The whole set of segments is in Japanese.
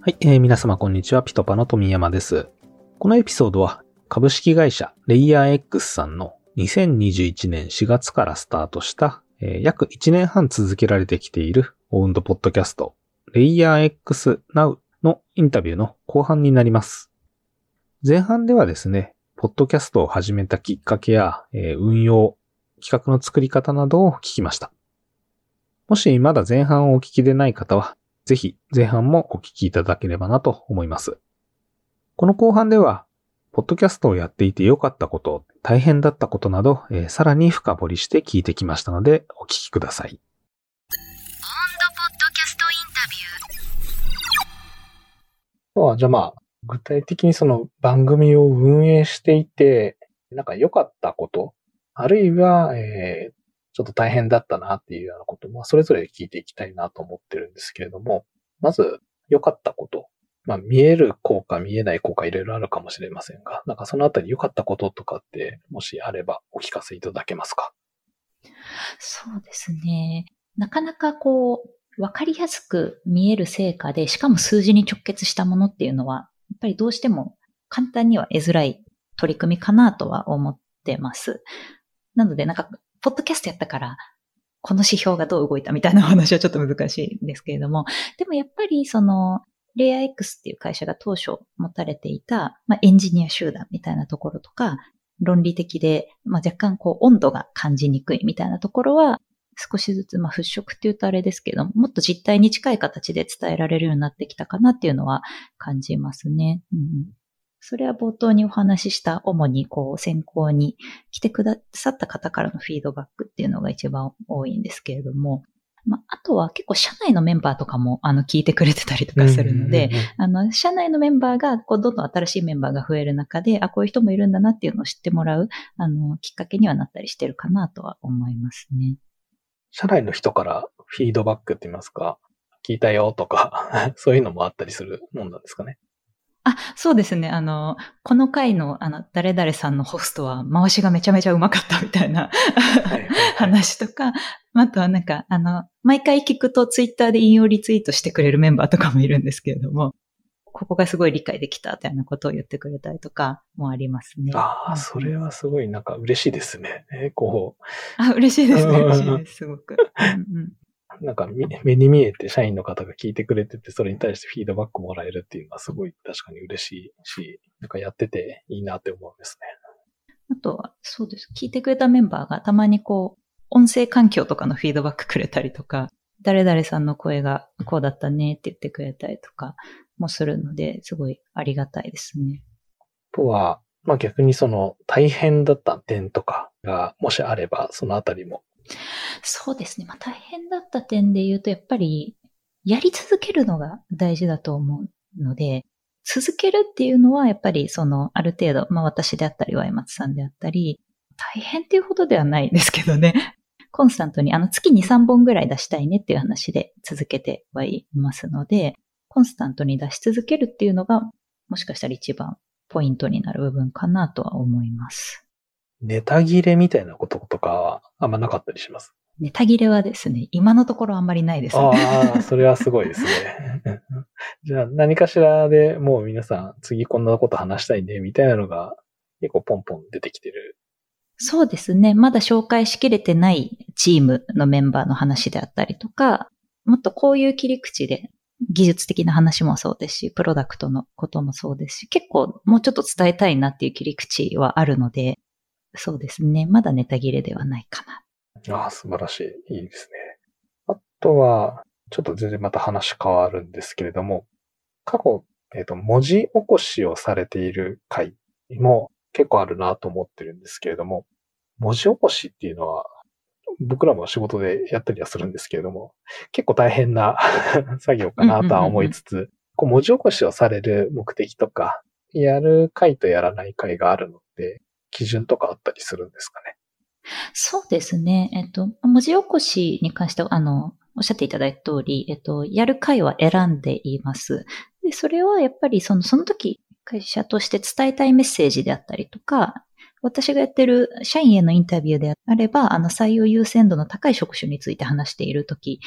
はい、皆様こんにちは。ピトパの富山です。このエピソードは株式会社レイヤー X さんの2021年4月からスタートした、約1年半続けられてきているオウンドポッドキャストレイヤー X Now のインタビューの後半になります。前半ではですね、ポッドキャストを始めたきっかけや、運用、企画の作り方などを聞きました。もしまだ前半をお聞きでない方は、ぜひ前半もお聞きいただければなと思います。この後半では、ポッドキャストをやっていて良かったこと、大変だったことなど、さらに深掘りして聞いてきましたので、お聞きください。 オウンドポッドキャストインタビュー。 じゃあ具体的にその番組を運営していて、なんか良かったこと、あるいは、ちょっと大変だったなっていうようなことも、それぞれ聞いていきたいなと思ってるんですけれども、まず良かったこと、見える効果、見えない効果いろいろあるかもしれませんが、なんかそのあたり良かったこととかって、もしあればお聞かせいただけますか？ そうですね。なかなかわかりやすく見える成果で、しかも数字に直結したものっていうのは、やっぱりどうしても簡単には得づらい取り組みかなとは思ってます。なのでポッドキャストやったから、この指標がどう動いたみたいな話はちょっと難しいんですけれども、でもやっぱりレイヤー X っていう会社が当初持たれていた、エンジニア集団みたいなところとか、論理的で、若干温度が感じにくいみたいなところは、少しずつ払拭って言うとあれですけどもっと実態に近い形で伝えられるようになってきたかなっていうのは感じますね。それは冒頭にお話しした主に先行に来てくださった方からのフィードバックっていうのが一番多いんですけれども、あとは結構社内のメンバーとかも聞いてくれてたりとかするので、社内のメンバーがどんどん新しいメンバーが増える中で、こういう人もいるんだなっていうのを知ってもらうきっかけにはなったりしてるかなとは思いますね。 社内の人からフィードバックって言いますか、聞いたよとか、そういうのもあったりするもんなんですかね。 そうですね。この回の誰々さんのホストは回しがめちゃめちゃうまかったみたいな話とか、あとは毎回聞くとツイッターで引用リツイートしてくれるメンバーとかもいるんですけれども、ここがすごい理解できたみたいなことを言ってくれたりとかもありますね。 それはすごい嬉しいですね。 嬉しいですね。嬉しいです、すごく。 目に見えて社員の方が聞いてくれてて、それに対してフィードバックもらえるっていうのはすごい確かに嬉しいし、やってていいなって思うんですね。 あとは、そうです。聞いてくれたメンバーがたまに音声環境とかのフィードバックくれたりとか、誰々さんの声がこうだったねって言ってくれたりとかもするので、すごいありがたいですね。 あとは、逆に大変だった点とかがもしあれば、そのあたりも。 そうですね。大変だった点で言うと、やっぱりやり続けるのが大事だと思うので、続けるっていうのはやっぱりある程度、私であったり、ワイマツさんであったり、大変っていうほどではないですけどね。コンスタントに月2、3本ぐらい出したいねっていう話で続けてはいますので、コンスタントに出し続けるっていうのが、もしかしたら一番ポイントになる部分かなとは思います。 ネタ切れみたいなこととかはあんまなかったりします？ ネタ切れはですね、今のところあんまりないですね。それはすごいですね。じゃあ何かしらでもう皆さん次こんなこと話したいねみたいなのが結構ポンポン出てきてる。 そうですね。まだ紹介しきれてないチームのメンバーの話であったりとか、もっとこういう切り口で技術的な話もそうですし、プロダクトのこともそうですし、結構もうちょっと伝えたいなっていう切り口はあるので、そうですね。まだネタ切れではないかな。素晴らしい。いいですね。あとは、ちょっと全然また話変わるんですけれども、過去、文字起こしをされている回も結構あるなと思ってるんですけれども、文字起こしっていうのは、僕らも仕事でやったりはするんですけれども、結構大変な作業かなとは思いつつ、文字起こしをされる目的とか、やる回とやらない回があるので、基準とかあったりするんですかね。 そうですね。文字起こしに関しては、おっしゃっていただいた通り、やる回は選んでいます。で、それはやっぱりその時、会社として伝えたいメッセージであったりとか、私がやってる社員へのインタビューであれば、採用優先度の高い職種について話している時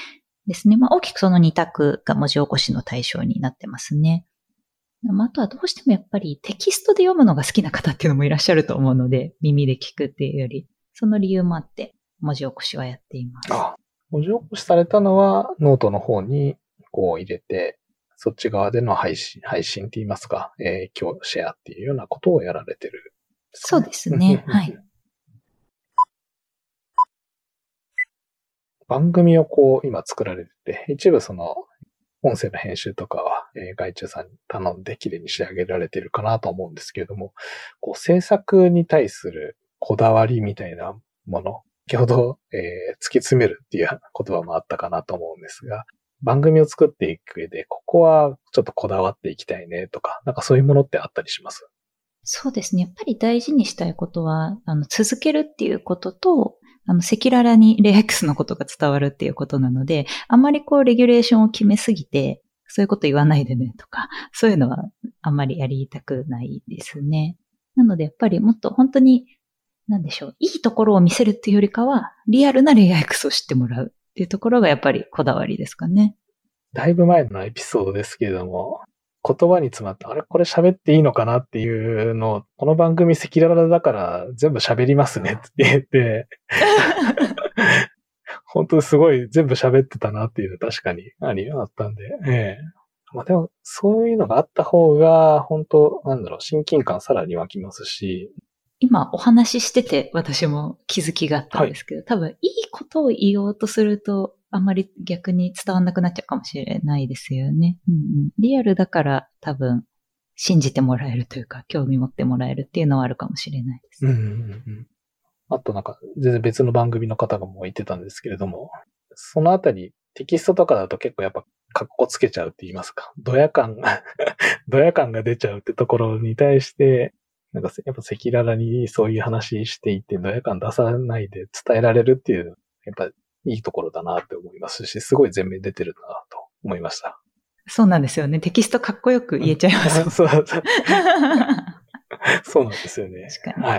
ですね。まあ大きくその2択が文字起こしの対象になってますね。あとはどうしてもやっぱりテキストで読むのが好きな方っていうのもいらっしゃると思うので、耳で聞くっていうより、その理由もあって文字起こしはやっています。 文字起こしされたのはノートの方にこう入れて、そっち側での配信って言いますか、今日シェアっていうようなことをやられてる、 そうですね。はい。 番組をこう今作られてて、一部その音声の編集とかは、外注さんに頼んで綺麗に仕上げられているかなと思うんですけれども、こう制作に対するこだわりみたいなもの、先ほど、突き詰めるっていう言葉もあったかなと思うんですが、番組を作っていく上で、ここはちょっとこだわっていきたいねとか、なんかそういうものってあったりします？ そうですね。やっぱり大事にしたいことは、続けるっていうことと、赤裸々にレイ X のことが伝わるっていうことなので、あまりこう、レギュレーションを決めすぎて、そういうこと言わないでねとか、そういうのはあんまりやりたくないですね。なので、やっぱりもっと本当に、なんでしょう、いいところを見せるっていうよりかは、リアルなレイ X を知ってもらうっていうところがやっぱりこだわりですかね。 だいぶ前のエピソードですけれども、言葉に詰まった、あれこれ喋っていいのかなっていうのを、この番組赤裸々だから全部喋りますねって言って、本当にすごい全部喋ってたなっていうのは確かにあったんで、まあでもそういうのがあった方が、本当親近感さらに湧きますし、 今お話ししてて私も気づきがあったんですけど、多分いいことを言おうとすると、あんまり逆に伝わんなくなっちゃうかもしれないですよね。リアルだから多分信じてもらえるというか、興味持ってもらえるっていうのはあるかもしれないです。 あとなんか全然別の番組の方がもう言ってたんですけれども、そのあたりテキストとかだと結構やっぱカッコつけちゃうって言いますか、ドヤ感が出ちゃうってところに対して、なんかやっぱ赤裸々にそういう話していて、ドヤ感出さないで伝えられるっていう、やっぱいいところだなって思いますし、すごい前面出てるなと思いました。 そうなんですよね。テキストかっこよく言えちゃいます。 そうなんですよね。 確かに。 はい。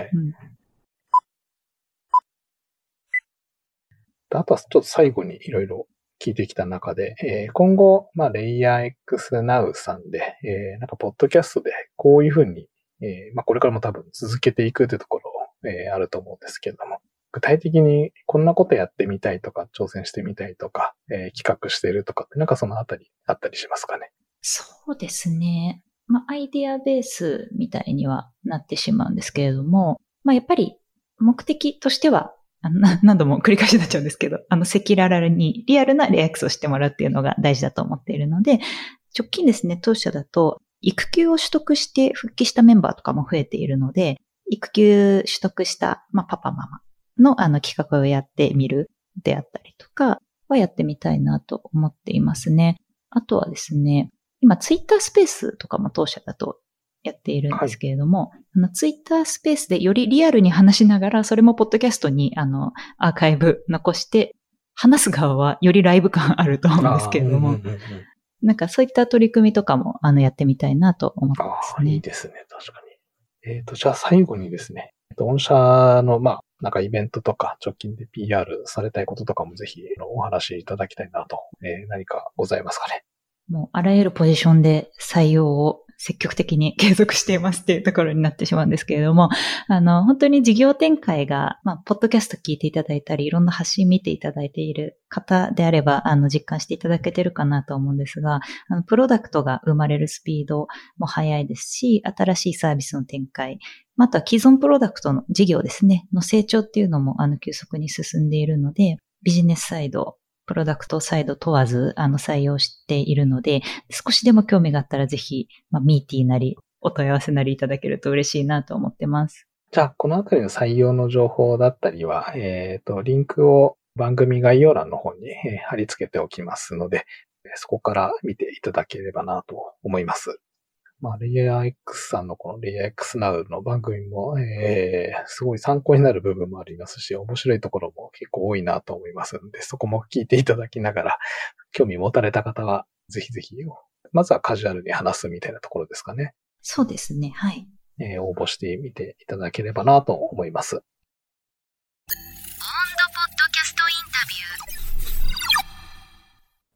あとはちょっと最後にいろいろ聞いてきた中で、今後、レイヤー X Now さんで、なんかポッドキャストでこういうふうに、これからも多分続けていくというところ、あると思うんですけれども、具体的にこんなことやってみたいとか、挑戦してみたいとか、企画しているとかって、なんかそのあたりあったりしますかね？ そうですね。アイデアベースみたいにはなってしまうんですけれども、やっぱり目的としては、何度も繰り返しになっちゃうんですけど、赤裸々にリアルなレイ X をしてもらうっていうのが大事だと思っているので、直近ですね、当社だと、育休を取得して復帰したメンバーとかも増えているので、育休取得した、パパママの企画をやってみるであったりとかはやってみたいなと思っていますね。あとはですね、今ツイッタースペースとかも当社だとやっているんですけれども、ツイッタースペースでよりリアルに話しながら、それもポッドキャストにアーカイブ残して、話す側はよりライブ感あると思うんですけれども、なんかそういった取り組みとかもやってみたいなと思ってますね。 いいですね、確かに。じゃあ最後にですね、御社のなんかイベントとか直近で PR されたいこととかもぜひお話しいただきたいなと、何かございますかね？ もうあらゆるポジションで採用を積極的に継続していますっていうところになってしまうんですけれども、本当に事業展開が、ポッドキャスト聞いていただいたり、いろんな発信見ていただいている方であれば、実感していただけてるかなと思うんですが、プロダクトが生まれるスピードも速いですし、新しいサービスの展開、あとは既存プロダクトの事業ですね、の成長っていうのも、急速に進んでいるので、ビジネスサイド、プロダクトサイド問わず、採用しているので、少しでも興味があったらぜひ、ミーティーなり、お問い合わせなりいただけると嬉しいなと思ってます。 じゃあ、このあたりの採用の情報だったりは、リンクを番組概要欄の方に、貼り付けておきますので、そこから見ていただければなと思います。レイヤー X さんのこのレイヤー X Now の番組も、すごい参考になる部分もありますし、面白いところも結構多いなと思いますので、そこも聞いていただきながら、興味持たれた方は、ぜひぜひ、まずはカジュアルに話すみたいなところですかね。 そうですね、はい。 応募してみていただければなと思います。 オンドポッドキャストインタビュー。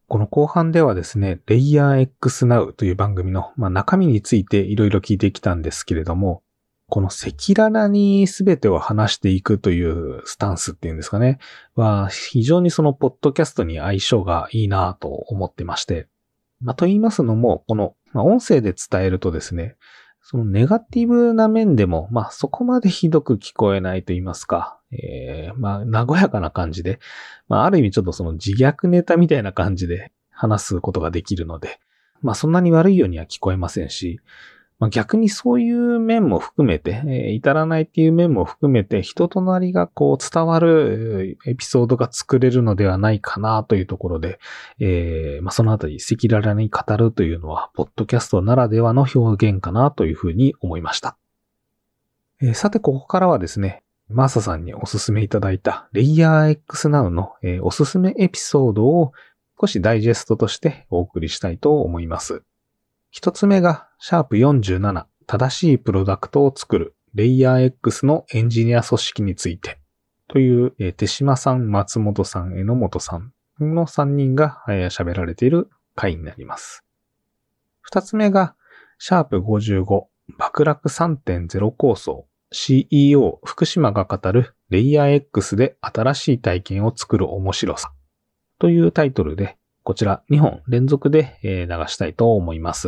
この後半ではですね、レイヤー X Now という番組の、中身についていろいろ聞いてきたんですけれども、この赤裸々に全てを話していくというスタンスっていうんですかね、は非常にそのポッドキャストに相性がいいなと思ってまして、と言いますのも、この、音声で伝えるとですね、そのネガティブな面でも、そこまでひどく聞こえないと言いますか、和やかな感じで、ある意味ちょっとその自虐ネタみたいな感じで話すことができるので、そんなに悪いようには聞こえませんし、逆にそういう面も含めて、至らないっていう面も含めて、人となりがこう伝わるエピソードが作れるのではないかなというところで、そのあたり赤裸々に語るというのは、ポッドキャストならではの表現かなというふうに思いました。さて、ここからはですね、マーサさんにおすすめいただいたレイヤー X Now のおすすめエピソードを少しダイジェストとしてお送りしたいと思います。一つ目が、シャープ47、正しいプロダクトを作る、レイヤー X のエンジニア組織について、という、手島さん、松本さん、榎本さんの3人が喋られている回になります。二つ目が、シャープ55、爆落 3.0 構想、CEO 福島が語る、レイヤー X で新しい体験を作る面白さ、というタイトルで、こちら2本連続で流したいと思います。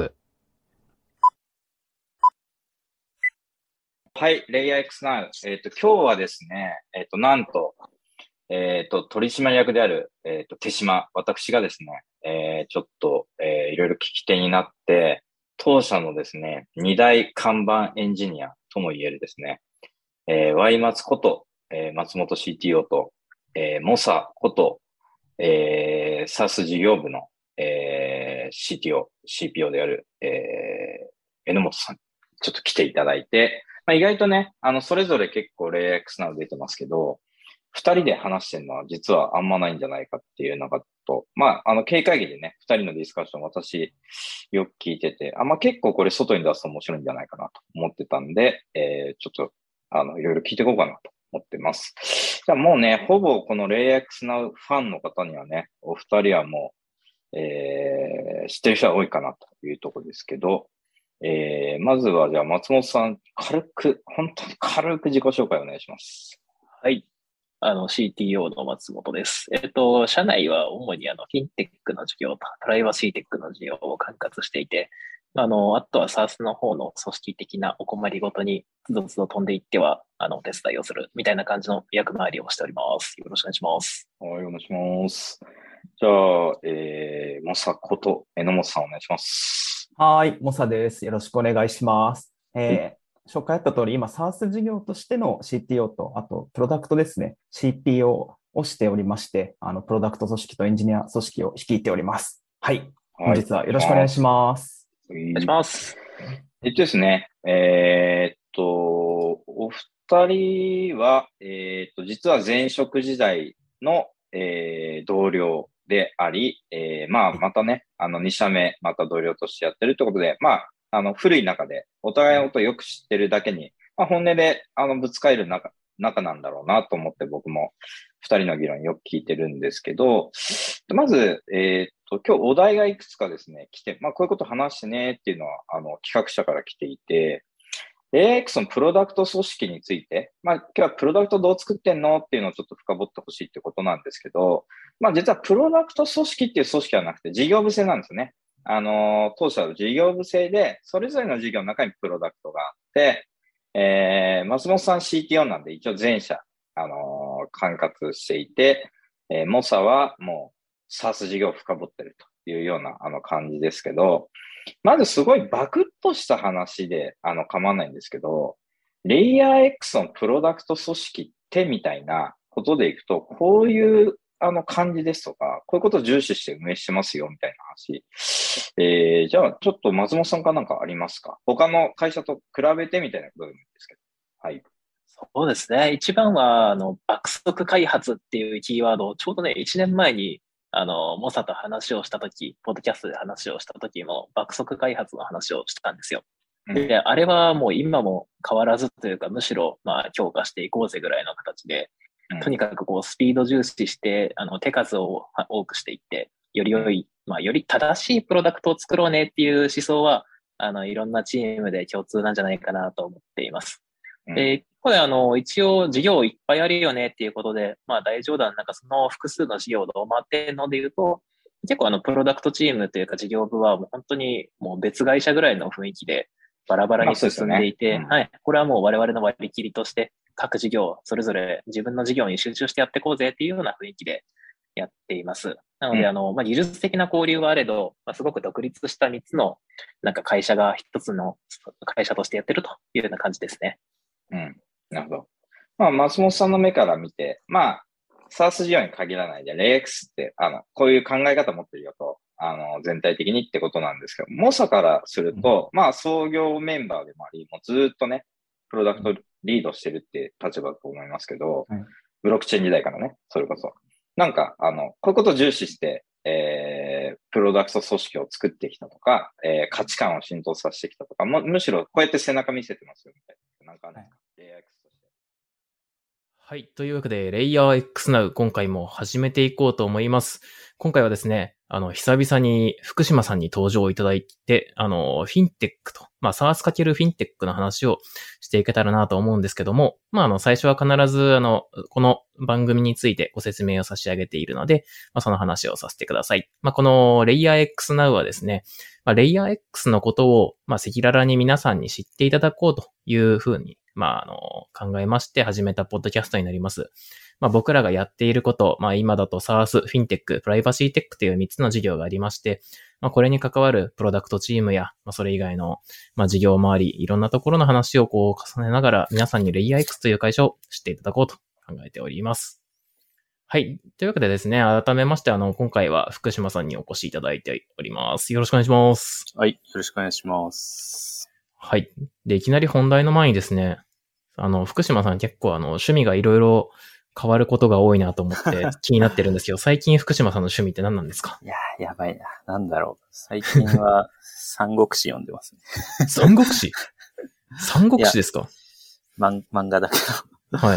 はい、レイヤー X Now。今日はですね、なんと、取締役である、手島、私がですね、ちょっと、いろいろ聞き手になって、当社のですね、2大看板エンジニアとも言えるですね、Y 松こと、松本 CTO と、モサこと、SaaS 事業部の、CTO、CPO である、榎本さん、ちょっと来ていただいて、意外とね、それぞれ結構レイヤー X Now 出てますけど、二人で話してるのは実はあんまないんじゃないかっていうのがと、経会議でね、二人のディスカッション私よく聞いてて、結構これ外に出すと面白いんじゃないかなと思ってたんで、ちょっと、いろいろ聞いていこうかなと思ってます。じゃあもうね、ほぼこのレイヤー X Now ファンの方にはね、お二人はもう、知ってる人は多いかなというところですけど、まずはじゃあ松本さん、本当に軽く自己紹介お願いします。 はい。CTO の松本です。社内は主にフィンテックの事業とプライバシーテックの事業を管轄していて、あとは SaaS の方の組織的なお困りごとにつどつど飛んでいっては、お手伝いをするみたいな感じの役回りをしております。よろしくお願いします。 はい、お願いします。じゃあ、モサこと榎本さんお願いします。 はい、モサです。よろしくお願いします。紹介あった通り、今、SaaS 事業としての CTO と、あと、プロダクトですね、CPO をしておりまして、プロダクト組織とエンジニア組織を率いております。はい。本日はよろしくお願いします。 お願いします。 ですね、お二人は、実は前職時代の、同僚であり、またね、2社目、また同僚としてやってるってことで、古い中で、お互いのことをよく知ってるだけに、本音で、ぶつかえる仲なんだろうなと思って僕も二人の議論よく聞いてるんですけど、まず、今日お題がいくつかですね、来て、こういうこと話してねっていうのは、企画者から来ていて、AX のプロダクト組織について、今日はプロダクトどう作ってんのっていうのをちょっと深掘ってほしいってことなんですけど、実はプロダクト組織っていう組織はなくて事業部制なんですね。当社の事業部制で、それぞれの事業の中にプロダクトがあって、松本さん CTO なんで一応全社、管轄していて、モサはもう SaaS 事業を深掘ってるというような感じですけど、まずすごいバクッとした話で構わないんですけど、レイヤー X のプロダクト組織ってみたいなことでいくと、こういう感じですとか、こういうことを重視して運営してますよみたいな話。じゃあちょっと松本さんかなんかありますか？他の会社と比べてみたいなことでもいいんですけど。はい。 そうですね。一番は、爆速開発っていうキーワードをちょうどね、1年前に、モサと話をしたとき、ポッドキャストで話をしたときも、爆速開発の話をしたんですよ。で、あれはもう今も変わらずというか、むしろ、強化していこうぜぐらいの形で、とにかくスピード重視して、手数を多くしていって、 より良い、より正しいプロダクトを作ろうねっていう思想は、いろんなチームで共通なんじゃないかなと思っています。で、これ一応事業いっぱいあるよねっていうことで、大冗談、その複数の事業どう回ってんので言うと、結構プロダクトチームというか事業部はもう本当にもう別会社ぐらいの雰囲気でバラバラに進んでいて、はい。これはもう我々の割り切りとして各事業、それぞれ自分の事業に集中してやっていこうぜっていうような雰囲気でやっています。なので、技術的な交流はあれど、すごく独立した3つの会社が一つの会社としてやってるというような感じですね。 なるほど。松本さんの目から見て、SaaS 事業に限らないで、LayX って、こういう考え方持ってるよと、全体的にってことなんですけど、モサからすると、創業メンバーでもあり、もうずっとね、プロダクトリードしてるって立場だと思いますけど、ブロックチェーン時代からね、それこそ。こういうことを重視して、プロダクト組織を作ってきたとか、価値観を浸透させてきたとか、むしろこうやって背中見せてますよみたいな。なんかね、LayX として。 はい。というわけで、LayerX Now、今回も始めていこうと思います。今回はですね、久々に福島さんに登場いただいて、フィンテックと、SaaS かけるフィンテックの話をしていけたらなと思うんですけども、最初は必ず、この番組についてご説明を差し上げているので、その話をさせてください。この LayerX Now はですね、LayerX のことを、赤裸々に皆さんに知っていただこうというふうに、考えまして始めたポッドキャストになります。僕らがやっていること、今だと SaaS、フィンテック、プライバシーテックという3つの事業がありまして、これに関わるプロダクトチームや、それ以外の、事業周り、いろんなところの話を重ねながら、皆さんにLayerXという会社を知っていただこうと考えております。はい。というわけでですね、改めまして、今回は福島さんにお越しいただいております。よろしくお願いします。 はい。よろしくお願いします。 はい。で、いきなり本題の前にですね、福島さん結構趣味がいろいろ変わることが多いなと思って気になってるんですけど、最近福島さんの趣味って何なんですか？ いや、やばいな。なんだろう。最近は三国志読んでますね。 三国志三国志ですか？ 漫画だけど。 はい。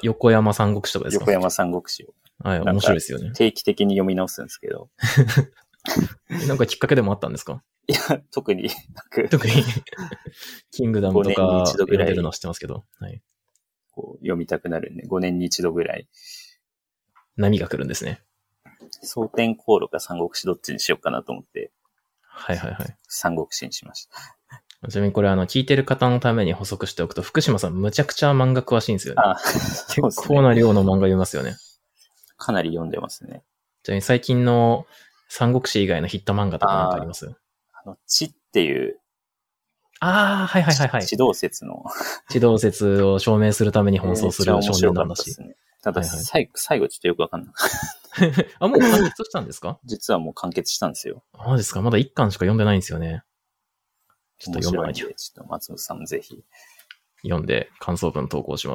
横山三国志とかですか？ 横山三国志を。 はい、面白いですよね。 定期的に読み直すんですけど。 なんかきっかけでもあったんですか？ いや、特になく。 特に、キングダムとか読んでるのは知ってますけど。はい。 読みたくなるんで、5年に一度ぐらい。 波が来るんですね。 蒼天航路か三国志どっちにしようかなと思って。 はいはいはい。 三国志にしました。 ちなみにこれ聞いてる方のために補足しておくと、福島さんむちゃくちゃ漫画詳しいんですよね。結構な量の漫画読みますよね。 かなり読んでますね。 ちなみに最近の三国志以外のヒット漫画とか何かあります？ 地っていう。 はいはいはいはい。 地動説の。 地動説を証明するために奔走する少年の話。 ただ、最後ちょっとよくわかんない。 もう完結したんですか？ 実はもう完結したんですよ。 マジですか？まだ1巻しか読んでないんですよね。ちょっと読まなきゃ。 ちょっと松本さんもぜひ。 読んで感想文投稿します。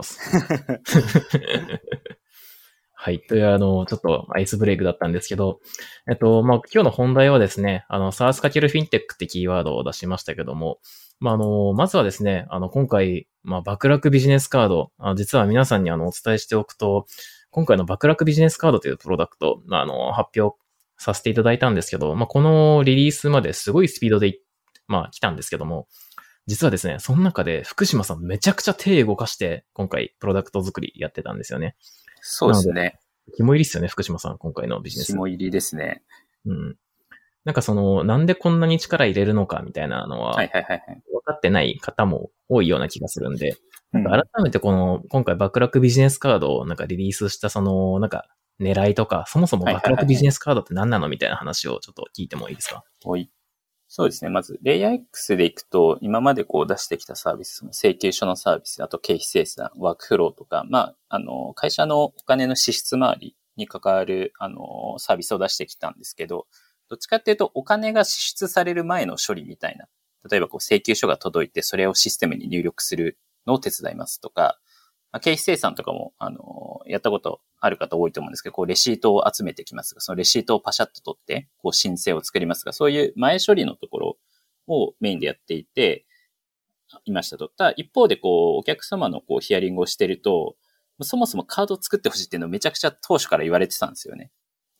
はい。という、ちょっとアイスブレイクだったんですけど、今日の本題はですね、SaaS× フィンテックってキーワードを出しましたけども、まずはですね、今回、バクラクビジネスカード、実は皆さんにお伝えしておくと、今回のバクラクビジネスカードというプロダクト、発表させていただいたんですけど、このリリースまですごいスピードで、来たんですけども、実はですね、その中で福島さんめちゃくちゃ手動かして、今回プロダクト作りやってたんですよね。 そうですね。 肝入りっすよね、福島さん、今回のビジネス。 肝入りですね。 うん。なんかなんでこんなに力入れるのかみたいなのは、分かってない方も多いような気がするんで、なんか改めて今回バクラクビジネスカードをなんかリリースしたなんか狙いとか、そもそもバクラクビジネスカードって何なのみたいな話をちょっと聞いてもいいですか？ はい。そうですね。まず、LayerX でいくと、今まで出してきたサービス、請求書のサービス、あと経費精算、ワークフローとか、会社のお金の支出周りに関わる、サービスを出してきたんですけど、どっちかっていうと、お金が支出される前の処理みたいな。例えば、請求書が届いて、それをシステムに入力するのを手伝いますとか、経費精算とかも、やったことある方多いと思うんですけど、レシートを集めてきますが、そのレシートをパシャッと取って、申請を作りますが、そういう前処理のところをメインでやっていて、いましたと。ただ、一方で、お客様のヒアリングをしてると、そもそもカードを作ってほしいっていうのをめちゃくちゃ当初から言われてたんですよね。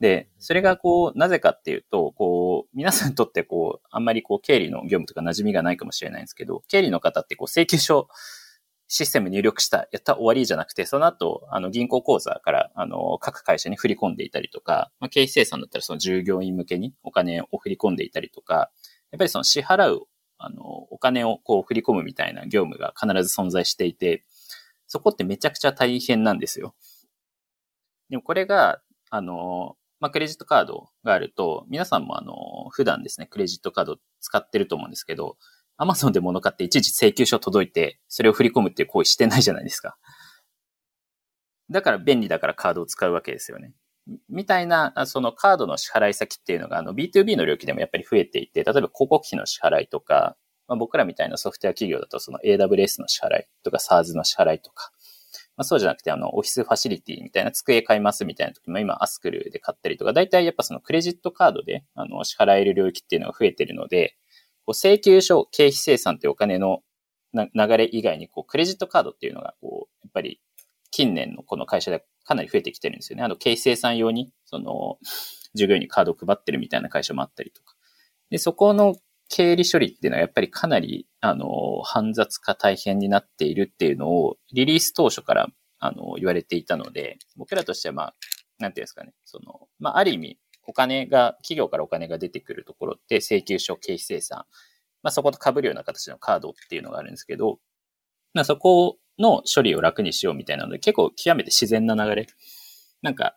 で、それがなぜかっていうと、皆さんにとってあんまり経理の業務とか馴染みがないかもしれないんですけど、経理の方って請求書システム入力した、やった終わりじゃなくて、その後、銀行口座から、各会社に振り込んでいたりとか、経費精算だったらその従業員向けにお金を振り込んでいたりとか、やっぱりその支払う、お金を振り込むみたいな業務が必ず存在していて、そこってめちゃくちゃ大変なんですよ。でもこれが、クレジットカードがあると、皆さんも普段ですね、クレジットカード使ってると思うんですけど、Amazon で物買っていちいち請求書届いて、それを振り込むっていう行為してないじゃないですか。だから便利だからカードを使うわけですよね。みたいな、そのカードの支払い先っていうのが、B2B の領域でもやっぱり増えていて、例えば広告費の支払いとか、僕らみたいなソフトウェア企業だとその AWS の支払いとか SaaS の支払いとか、そうじゃなくてオフィスファシリティみたいな机買いますみたいな時も今アスクルで買ったりとか、だいたいやっぱそのクレジットカードで支払える領域っていうのが増えてるので、請求書、経費精算ってお金の流れ以外にクレジットカードっていうのがやっぱり近年のこの会社でかなり増えてきてるんですよね。経費精算用に従業員にカードを配ってるみたいな会社もあったりとか。で、そこの経理処理っていうのはやっぱりかなり煩雑化大変になっているっていうのをリリース当初から言われていたので、僕らとしてはなんていうんですかね、ある意味企業からお金が出てくるところって請求書、経費精算、そこと被るような形のカードっていうのがあるんですけど、そこの処理を楽にしようみたいなので、結構極めて自然な流れ。なんで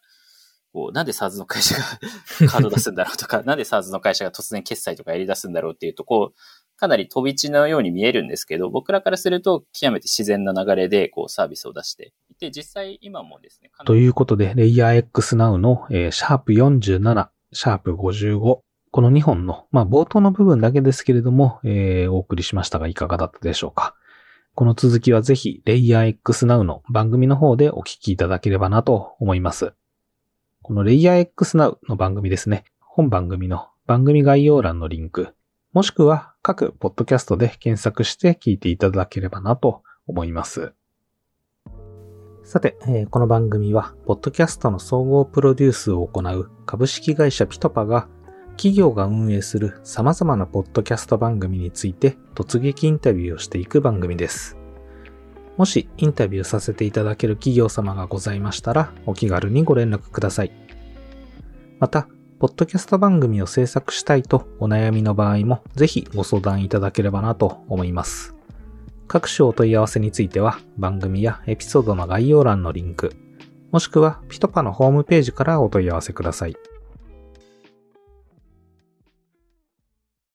SaaS の会社がカード出すんだろうとか、なんで SaaS の会社が突然決済とかやり出すんだろうっていうと、かなり飛び地のように見えるんですけど、僕らからすると極めて自然な流れでサービスを出していて、実際今もですね。 ということで、レイヤー X Now の、#47、#55、この2本の、冒頭の部分だけですけれども、お送りしましたがいかがだったでしょうか。この続きはぜひ、レイヤー X Now の番組の方でお聞きいただければなと思います。このレイヤー X Now の番組ですね。本番組の番組概要欄のリンク、もしくは各ポッドキャストで検索して聞いていただければなと思います。さて、この番組は、ポッドキャストの総合プロデュースを行う株式会社ピトパが、企業が運営する様々なポッドキャスト番組について突撃インタビューをしていく番組です。もしインタビューさせていただける企業様がございましたら、お気軽にご連絡ください。また、ポッドキャスト番組を制作したいとお悩みの場合もぜひご相談いただければなと思います。各種お問い合わせについては番組やエピソードの概要欄のリンク、もしくはピトパのホームページからお問い合わせください。